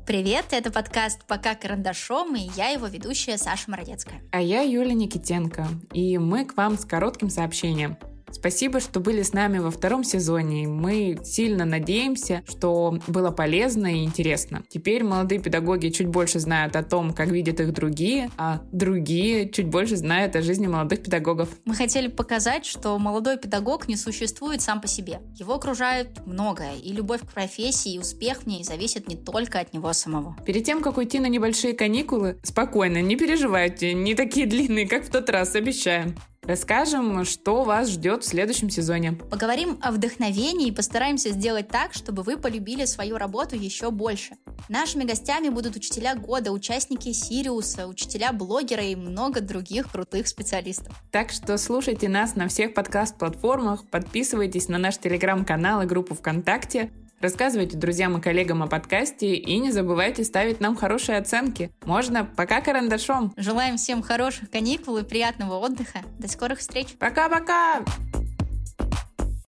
Привет, это подкаст «Пока карандашом», и я его ведущая Саша Мородецкая. А я Юля Никитенко, и мы к вам с коротким сообщением. Спасибо, что были с нами во 2 сезоне. Мы сильно надеемся, что было полезно и интересно. Теперь молодые педагоги чуть больше знают о том, как видят их другие, а другие чуть больше знают о жизни молодых педагогов. Мы хотели показать, что молодой педагог не существует сам по себе. Его окружает многое, и любовь к профессии, и успех в ней зависит не только от него самого. Перед тем, как уйти на небольшие каникулы, спокойно, не переживайте, не такие длинные, как в тот раз, обещаем. Расскажем, что вас ждет в следующем сезоне. Поговорим о вдохновении и постараемся сделать так, чтобы вы полюбили свою работу еще больше. Нашими гостями будут учителя года, участники Сириуса, учителя-блогеры и много других крутых специалистов. Так что слушайте нас на всех подкаст-платформах, подписывайтесь на наш телеграм-канал и группу ВКонтакте, рассказывайте друзьям и коллегам о подкасте и не забывайте ставить нам хорошие оценки. Можно пока карандашом. Желаем всем хороших каникул и приятного отдыха. До скорых встреч. Пока-пока!